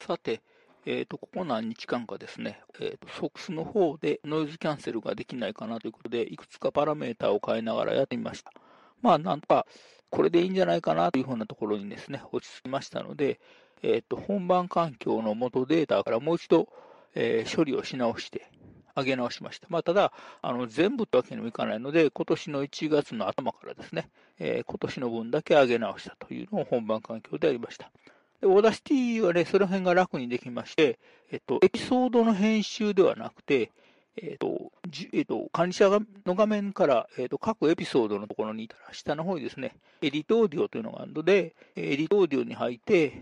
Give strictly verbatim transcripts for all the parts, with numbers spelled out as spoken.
さて、えーと、ここ何日間かですね、えーと、ソックスの方でノイズキャンセルができないかなということで、いくつかパラメータを変えながらやってみました。まあ、なんとか、これでいいんじゃないかなというふうなところにですね、落ち着きましたので、えーと、本番環境の元データからもう一度、えー処理をし直して、上げ直しました。まあ、ただ、あの全部ってわけにもいかないので、今年のいちがつの頭からですね、えー今年の分だけ上げ直したというのを本番環境でやりました。で、オーダーシティはね、その辺が楽にできまして、えっと、エピソードの編集ではなくて、えっと、じえっと、管理者の画面から、えっと、各エピソードのところにいたら、下の方にですね、エディットオーディオというのがあるので、エディットオーディオに入って、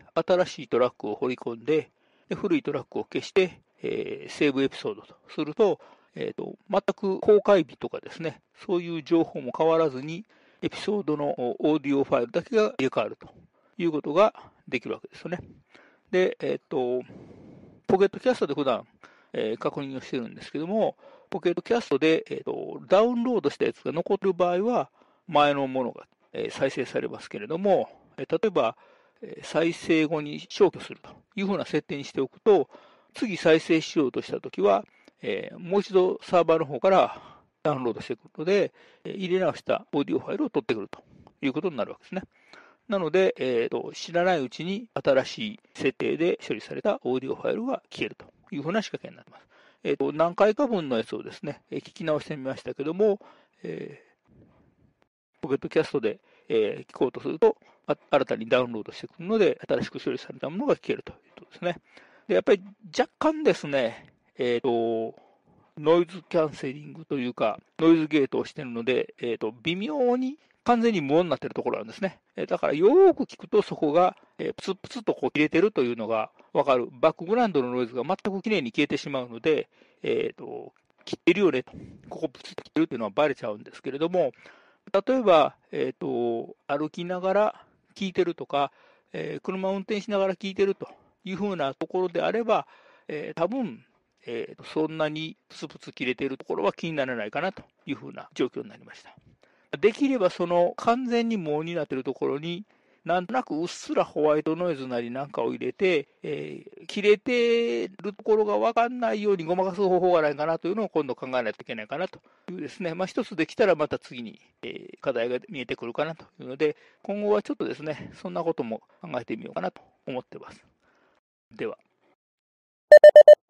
新しいトラックを掘り込んで、で古いトラックを消して、えーセーブエピソードとすると、えっと、全く公開日とかですね、そういう情報も変わらずに、エピソードのオーディオファイルだけが入れ替わるということができるわけですよね。で、えっと、ポケットキャストで普段、えー確認をしてるんですけども、ポケットキャストで、えっと、ダウンロードしたやつが残っている場合は、前のものが、えー再生されますけれども、えー例えば、えー再生後に消去するというふうな設定にしておくと、次再生しようとしたときは、えーもう一度サーバーの方からダウンロードしてくるので、えー入れ直したオーディオファイルを取ってくるということになるわけですね。なので、えーと、知らないうちに新しい設定で処理されたオーディオファイルが消えるというふうな仕掛けになります。えーと、何回か分のやつをですね、聞き直してみましたけども、えー、ポケットキャストで、えー聞こうとすると、新たにダウンロードしてくるので、新しく処理されたものが聞けるということですね。で、やっぱり若干ですね、えーと、ノイズキャンセリングというか、ノイズゲートをしているので、えーと、微妙に完全に無音になっているところなんですね。えーだからよーく聞くとそこが、えープツプツとこう切れてるというのがわかる。バックグラウンドのノイズが全くきれいに消えてしまうので、えーと、切ってるよねと。ここプツッと切ってるというのはバレちゃうんですけれども、例えば、えーと、歩きながら聞いてるとか、えー車を運転しながら聞いてるというふうなところであれば、えー多分、えーと、そんなにプツプツ切れているところは気にならないかなというふうな状況になりました。できればその完全に無音になっているところに、なんとなくうっすらホワイトノイズなりなんかを入れて、えー切れてるところが分かんないようにごまかす方法がないかなというのを今度考えないといけないかなというですね、まあ、一つできたらまた次に、えー課題が見えてくるかなというので、今後はちょっとですね、そんなことも考えてみようかなと思っています。では。